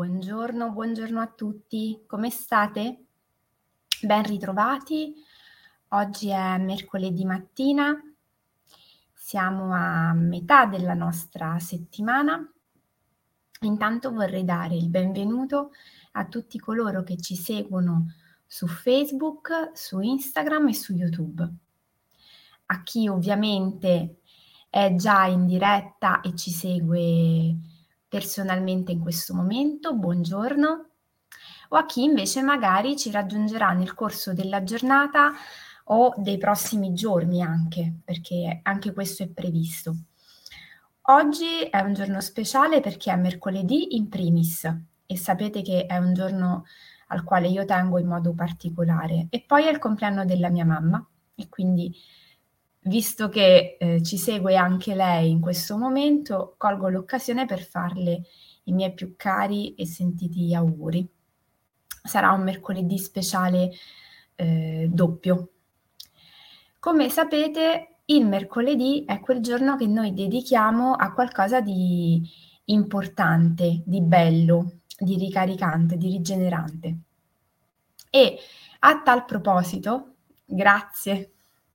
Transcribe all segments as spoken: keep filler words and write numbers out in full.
Buongiorno, buongiorno a tutti. Come state? Ben ritrovati. Oggi è mercoledì mattina, siamo a metà della nostra settimana. Intanto vorrei dare il benvenuto a tutti coloro che ci seguono su Facebook, su Instagram e su YouTube. A chi ovviamente è già in diretta e ci segue personalmente in questo momento, buongiorno, o a chi invece magari ci raggiungerà nel corso della giornata o dei prossimi giorni anche, perché anche questo è previsto. Oggi è un giorno speciale perché è mercoledì in primis e sapete che è un giorno al quale io tengo in modo particolare e poi è il compleanno della mia mamma e quindi visto che eh, ci segue anche lei in questo momento, colgo l'occasione per farle i miei più cari e sentiti auguri. Sarà un mercoledì speciale eh, doppio. Come sapete, il mercoledì è quel giorno che noi dedichiamo a qualcosa di importante, di bello, di ricaricante, di rigenerante. E a tal proposito, grazie.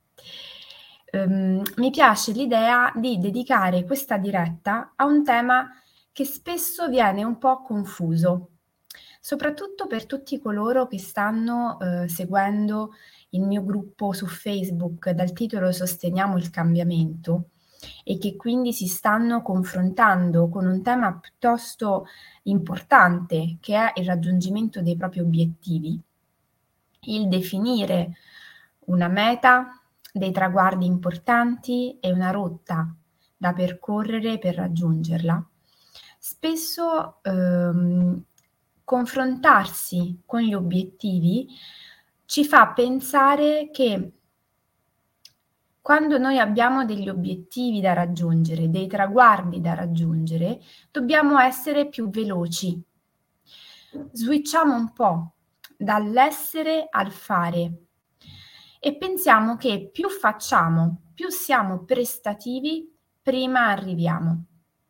Um, mi piace l'idea di dedicare questa diretta a un tema che spesso viene un po' confuso, soprattutto per tutti coloro che stanno eh, seguendo il mio gruppo su Facebook dal titolo Sosteniamo il cambiamento e che quindi si stanno confrontando con un tema piuttosto importante che è il raggiungimento dei propri obiettivi, il definire una meta, dei traguardi importanti e una rotta da percorrere per raggiungerla. Spesso ehm, confrontarsi con gli obiettivi ci fa pensare che quando noi abbiamo degli obiettivi da raggiungere, dei traguardi da raggiungere, dobbiamo essere più veloci. Switchiamo un po' dall'essere al fare e pensiamo che più facciamo, più siamo prestativi, prima arriviamo.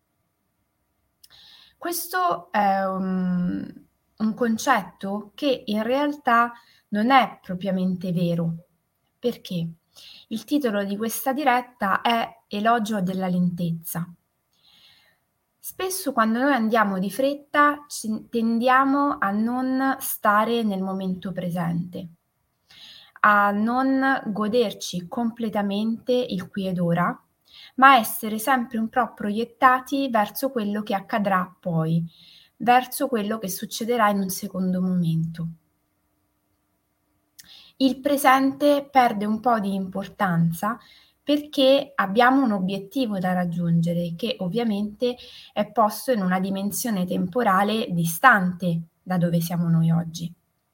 Questo è un, un concetto che in realtà non è propriamente vero. Perché? Il titolo di questa diretta è Elogio della lentezza. Spesso quando noi andiamo di fretta tendiamo a non stare nel momento presente, a non goderci completamente il qui ed ora, ma essere sempre un po' proiettati verso quello che accadrà poi, verso quello che succederà in un secondo momento. Il presente perde un po' di importanza perché abbiamo un obiettivo da raggiungere che ovviamente è posto in una dimensione temporale distante da dove siamo noi oggi.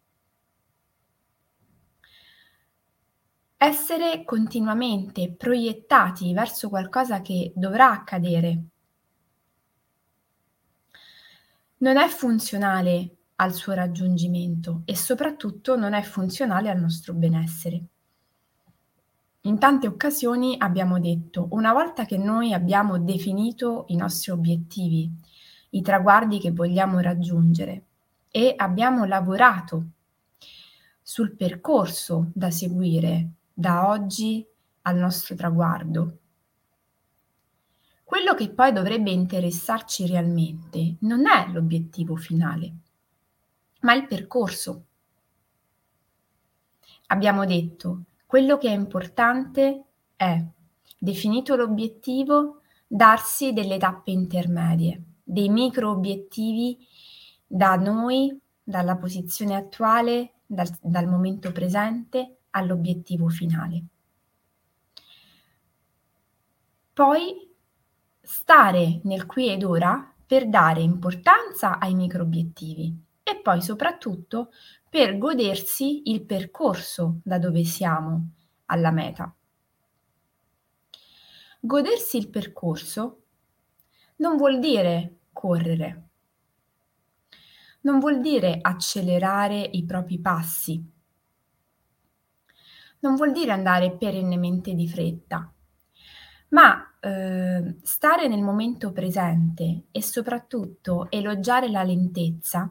Essere continuamente proiettati verso qualcosa che dovrà accadere non è funzionale al suo raggiungimento e soprattutto non è funzionale al nostro benessere. In tante occasioni abbiamo detto, una volta che noi abbiamo definito i nostri obiettivi, i traguardi che vogliamo raggiungere e abbiamo lavorato sul percorso da seguire da oggi al nostro traguardo, quello che poi dovrebbe interessarci realmente non è l'obiettivo finale, ma il percorso. Abbiamo detto, quello che è importante è, definito l'obiettivo, darsi delle tappe intermedie, dei micro obiettivi da noi, dalla posizione attuale, dal, dal momento presente all'obiettivo finale. Poi stare nel qui ed ora per dare importanza ai micro obiettivi e poi soprattutto per godersi il percorso da dove siamo alla meta. Godersi il percorso non vuol dire correre, non vuol dire accelerare i propri passi, non vuol dire andare perennemente di fretta, Ma, uhm, stare nel momento presente e soprattutto elogiare la lentezza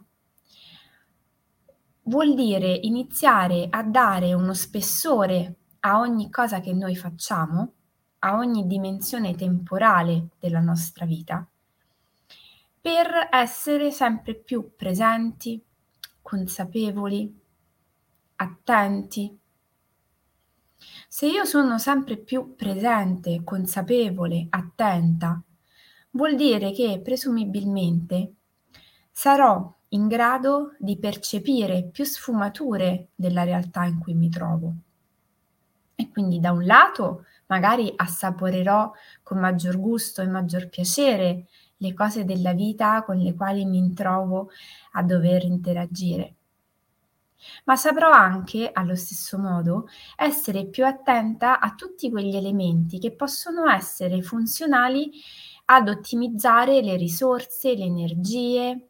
vuol dire iniziare a dare uno spessore a ogni cosa che noi facciamo, a ogni dimensione temporale della nostra vita, per essere sempre più presenti, consapevoli, attenti. Se io sono sempre più presente, consapevole, attenta, vuol dire che presumibilmente sarò in grado di percepire più sfumature della realtà in cui mi trovo. E quindi da un lato magari assaporerò con maggior gusto e maggior piacere le cose della vita con le quali mi trovo a dover interagire. Ma saprò anche, allo stesso modo, essere più attenta a tutti quegli elementi che possono essere funzionali ad ottimizzare le risorse, le energie,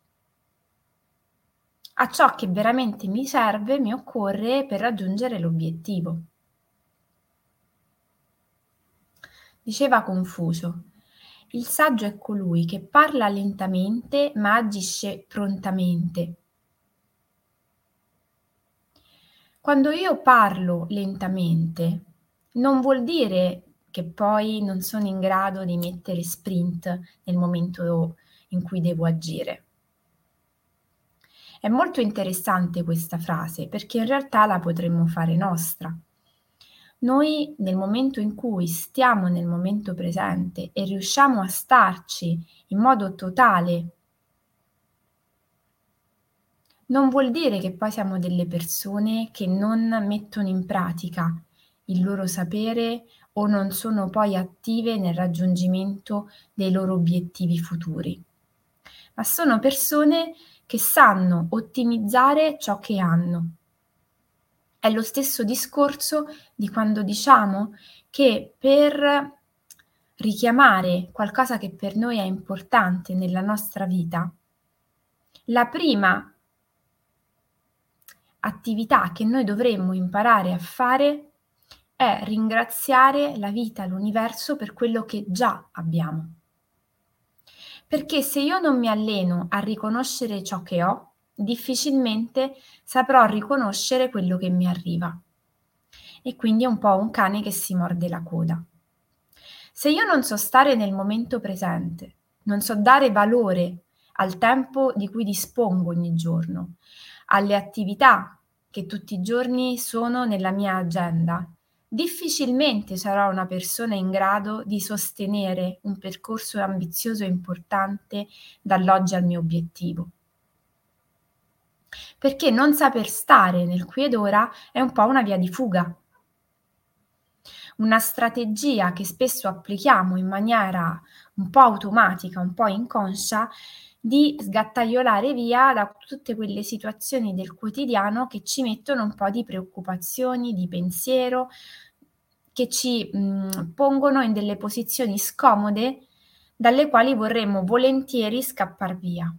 a ciò che veramente mi serve, mi occorre per raggiungere l'obiettivo. Diceva Confucio: il saggio è colui che parla lentamente ma agisce prontamente. Quando io parlo lentamente, non vuol dire che poi non sono in grado di mettere sprint nel momento in cui devo agire. È molto interessante questa frase perché in realtà la potremmo fare nostra. Noi nel momento in cui stiamo nel momento presente e riusciamo a starci in modo totale, non vuol dire che poi siamo delle persone che non mettono in pratica il loro sapere o non sono poi attive nel raggiungimento dei loro obiettivi futuri, ma sono persone che sanno ottimizzare ciò che hanno. È lo stesso discorso di quando diciamo che per richiamare qualcosa che per noi è importante nella nostra vita, la prima attività che noi dovremmo imparare a fare è ringraziare la vita, l'universo per quello che già abbiamo. Perché se io non mi alleno a riconoscere ciò che ho, difficilmente saprò riconoscere quello che mi arriva. E quindi è un po' un cane che si morde la coda. Se io non so stare nel momento presente, non so dare valore al tempo di cui dispongo ogni giorno, alle attività che tutti i giorni sono nella mia agenda, difficilmente sarò una persona in grado di sostenere un percorso ambizioso e importante dall'oggi al mio obiettivo. Perché non saper stare nel qui ed ora è un po' una via di fuga. Una strategia che spesso applichiamo in maniera un po' automatica, un po' inconscia, di sgattaiolare via da tutte quelle situazioni del quotidiano che ci mettono un po' di preoccupazioni, di pensiero, che ci, mhmm, pongono in delle posizioni scomode dalle quali vorremmo volentieri scappar via.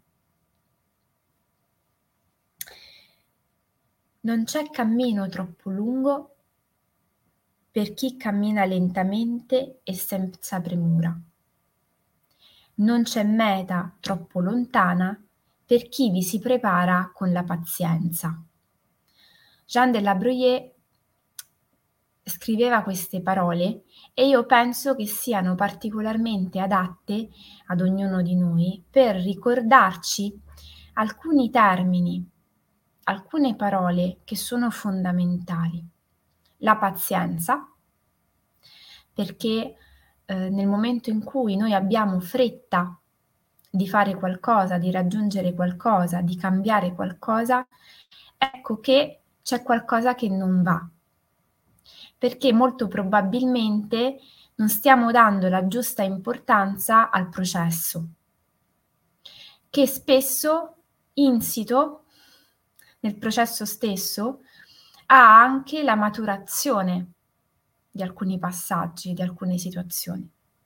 Non c'è cammino troppo lungo per chi cammina lentamente e senza premura. Non c'è meta troppo lontana per chi vi si prepara con la pazienza. Jean de la Bruyère scriveva queste parole e io penso che siano particolarmente adatte ad ognuno di noi per ricordarci alcuni termini, alcune parole che sono fondamentali. La pazienza, perché eh, nel momento in cui noi abbiamo fretta di fare qualcosa, di raggiungere qualcosa, di cambiare qualcosa, ecco che c'è qualcosa che non va. Perché molto probabilmente non stiamo dando la giusta importanza al processo, che spesso insito nel processo stesso ha anche la maturazione di alcuni passaggi, di alcune situazioni.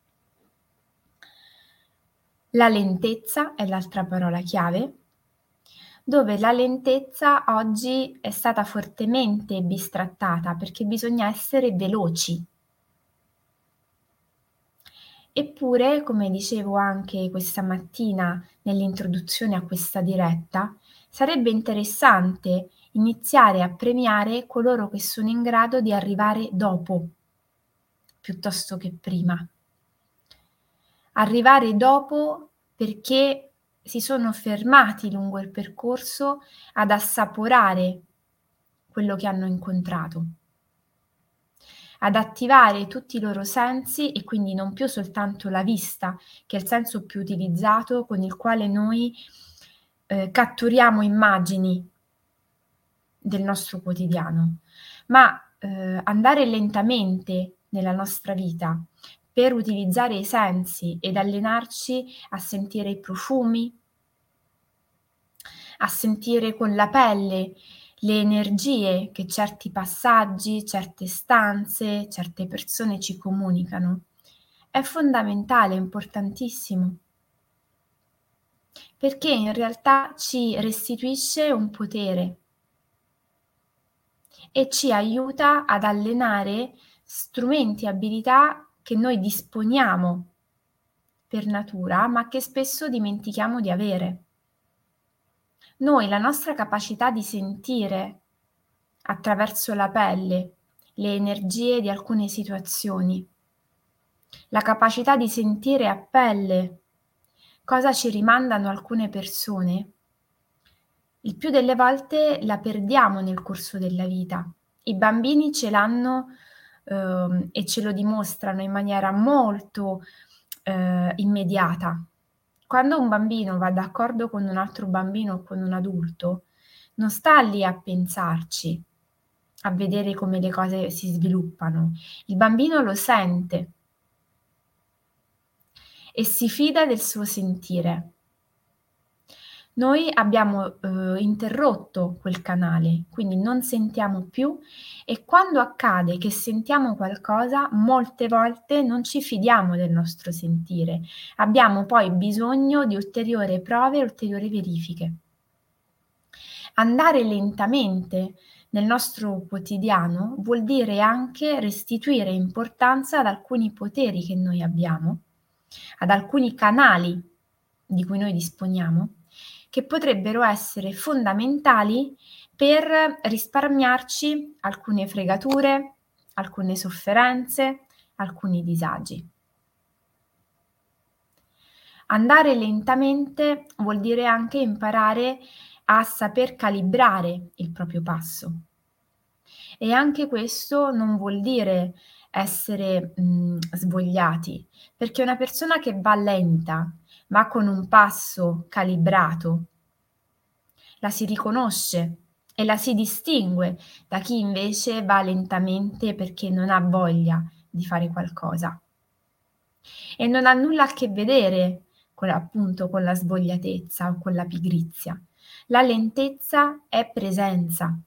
La lentezza è l'altra parola chiave, dove la lentezza oggi è stata fortemente bistrattata perché bisogna essere veloci. Eppure, come dicevo anche questa mattina nell'introduzione a questa diretta, sarebbe interessante iniziare a premiare coloro che sono in grado di arrivare dopo, piuttosto che prima. Arrivare dopo perché si sono fermati lungo il percorso ad assaporare quello che hanno incontrato, ad attivare tutti i loro sensi e quindi non più soltanto la vista, che è il senso più utilizzato con il quale noi eh, catturiamo immagini del nostro quotidiano, ma eh, andare lentamente nella nostra vita per utilizzare i sensi ed allenarci a sentire i profumi, a sentire con la pelle le energie che certi passaggi, certe stanze, certe persone ci comunicano. È fondamentale, è importantissimo, perché in realtà ci restituisce un potere e ci aiuta ad allenare strumenti e abilità che noi disponiamo per natura, ma che spesso dimentichiamo di avere. Noi la nostra capacità di sentire attraverso la pelle le energie di alcune situazioni, la capacità di sentire a pelle cosa ci rimandano alcune persone, il più delle volte la perdiamo nel corso della vita. I bambini ce l'hanno ehm, e ce lo dimostrano in maniera molto eh, immediata. Quando un bambino va d'accordo con un altro bambino o con un adulto, non sta lì a pensarci, a vedere come le cose si sviluppano. Il bambino lo sente e si fida del suo sentire. Noi abbiamo eh, interrotto quel canale, quindi non sentiamo più e quando accade che sentiamo qualcosa, molte volte non ci fidiamo del nostro sentire. Abbiamo poi bisogno di ulteriori prove, ulteriori verifiche. Andare lentamente nel nostro quotidiano vuol dire anche restituire importanza ad alcuni poteri che noi abbiamo, ad alcuni canali di cui noi disponiamo, che potrebbero essere fondamentali per risparmiarci alcune fregature, alcune sofferenze, alcuni disagi. Andare lentamente vuol dire anche imparare a saper calibrare il proprio passo. E anche questo non vuol dire essere mh, svogliati, perché una persona che va lenta, ma con un passo calibrato, la si riconosce e la si distingue da chi invece va lentamente perché non ha voglia di fare qualcosa. E non ha nulla a che vedere con, appunto, con la svogliatezza o con la pigrizia. La lentezza è presenza.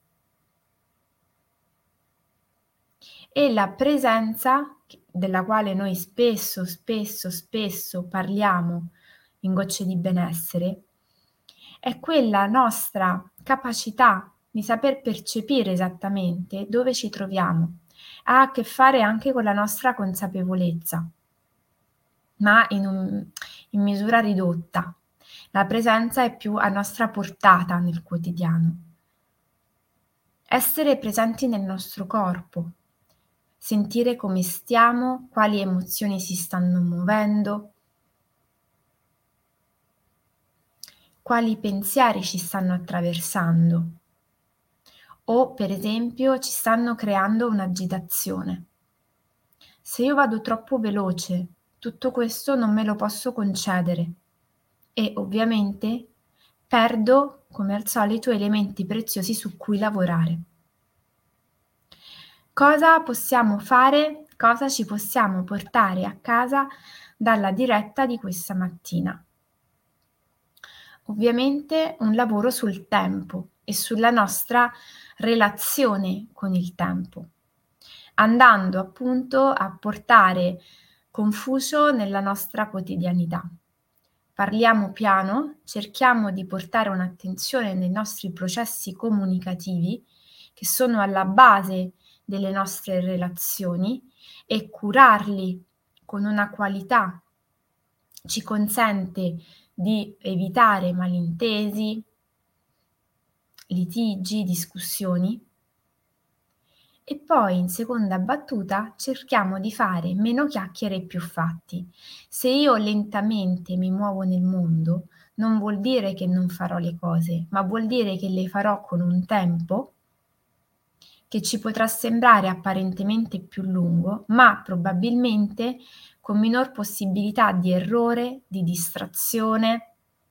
E la presenza, della quale noi spesso, spesso, spesso parliamo in Gocce di benessere, è quella nostra capacità di saper percepire esattamente dove ci troviamo. Ha a che fare anche con la nostra consapevolezza, ma in, un, in misura ridotta. La presenza è più a nostra portata nel quotidiano. Essere presenti nel nostro corpo, sentire come stiamo, quali emozioni si stanno muovendo, quali pensieri ci stanno attraversando o per esempio ci stanno creando un'agitazione. Se io vado troppo veloce, tutto questo non me lo posso concedere e ovviamente perdo, come al solito, elementi preziosi su cui lavorare. Cosa possiamo fare? Cosa ci possiamo portare a casa dalla diretta di questa mattina? Ovviamente un lavoro sul tempo e sulla nostra relazione con il tempo, andando appunto a portare Confucio nella nostra quotidianità. Parliamo piano, cerchiamo di portare un'attenzione nei nostri processi comunicativi che sono alla base delle nostre relazioni e curarli con una qualità ci consente di evitare malintesi, litigi, discussioni. E poi in seconda battuta cerchiamo di fare meno chiacchiere e più fatti. Se io lentamente mi muovo nel mondo, non vuol dire che non farò le cose, ma vuol dire che le farò con un tempo che ci potrà sembrare apparentemente più lungo, ma probabilmente con minor possibilità di errore, di distrazione.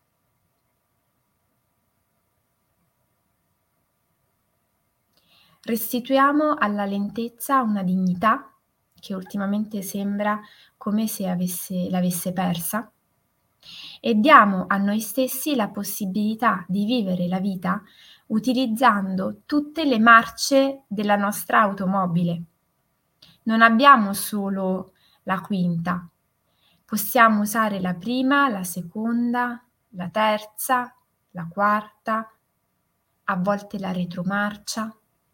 Restituiamo alla lentezza una dignità che ultimamente sembra come se avesse, l'avesse persa, e diamo a noi stessi la possibilità di vivere la vita utilizzando tutte le marce della nostra automobile. Non abbiamo solo la quinta, possiamo usare la prima, la seconda, la terza, la quarta, a volte la retromarcia.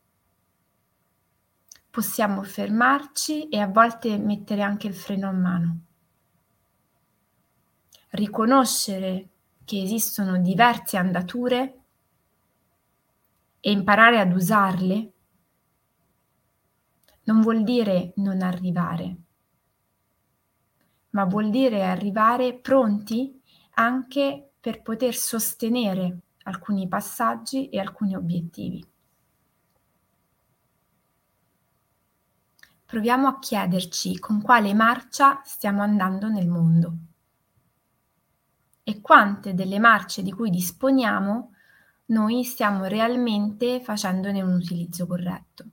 Possiamo fermarci e a volte mettere anche il freno a mano. Riconoscere che esistono diverse andature e imparare ad usarle non vuol dire non arrivare, ma vuol dire arrivare pronti anche per poter sostenere alcuni passaggi e alcuni obiettivi. Proviamo a chiederci con quale marcia stiamo andando nel mondo e quante delle marce di cui disponiamo noi stiamo realmente facendone un utilizzo corretto.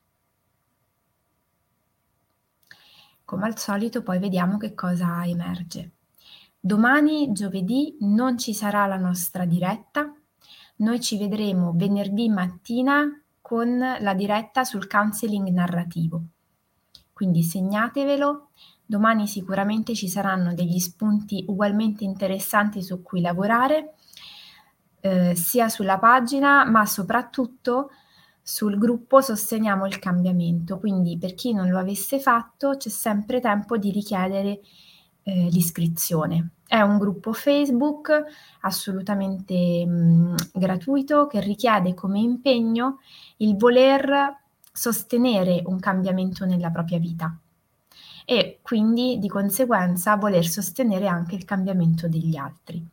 Come al solito poi vediamo che cosa emerge. Domani, giovedì, non ci sarà la nostra diretta, noi ci vedremo venerdì mattina con la diretta sul counseling narrativo. Quindi segnatevelo, domani sicuramente ci saranno degli spunti ugualmente interessanti su cui lavorare, eh, sia sulla pagina ma soprattutto sul gruppo Sosteniamo il Cambiamento. Quindi per chi non lo avesse fatto c'è sempre tempo di richiedere eh, l'iscrizione. È un gruppo Facebook assolutamente mh, gratuito che richiede come impegno il voler sostenere un cambiamento nella propria vita e quindi di conseguenza voler sostenere anche il cambiamento degli altri.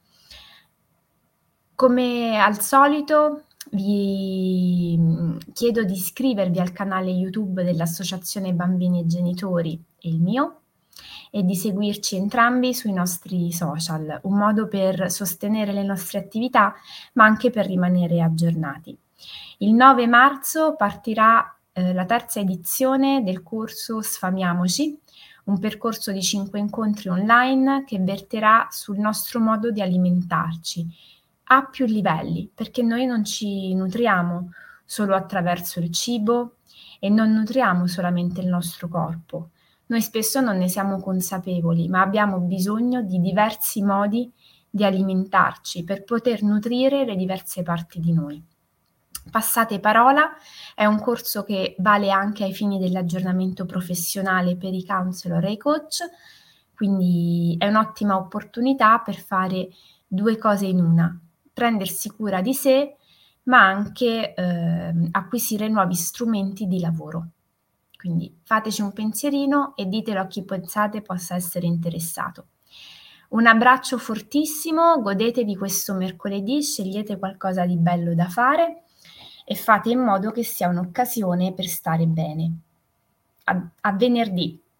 Come al solito vi chiedo di iscrivervi al canale YouTube dell'Associazione Bambini e Genitori e il mio e di seguirci entrambi sui nostri social, un modo per sostenere le nostre attività ma anche per rimanere aggiornati. Il nove marzo partirà eh, la terza edizione del corso Sfamiamoci, un percorso di cinque incontri online che verterà sul nostro modo di alimentarci a più livelli, perché noi non ci nutriamo solo attraverso il cibo e non nutriamo solamente il nostro corpo. Noi spesso non ne siamo consapevoli, ma abbiamo bisogno di diversi modi di alimentarci per poter nutrire le diverse parti di noi. Passate parola, è un corso che vale anche ai fini dell'aggiornamento professionale per i counselor e i coach, quindi è un'ottima opportunità per fare due cose in una: prendersi cura di sé, ma anche eh, acquisire nuovi strumenti di lavoro. Quindi fateci un pensierino e ditelo a chi pensate possa essere interessato. Un abbraccio fortissimo, godetevi questo mercoledì, scegliete qualcosa di bello da fare e fate in modo che sia un'occasione per stare bene. A, a venerdì!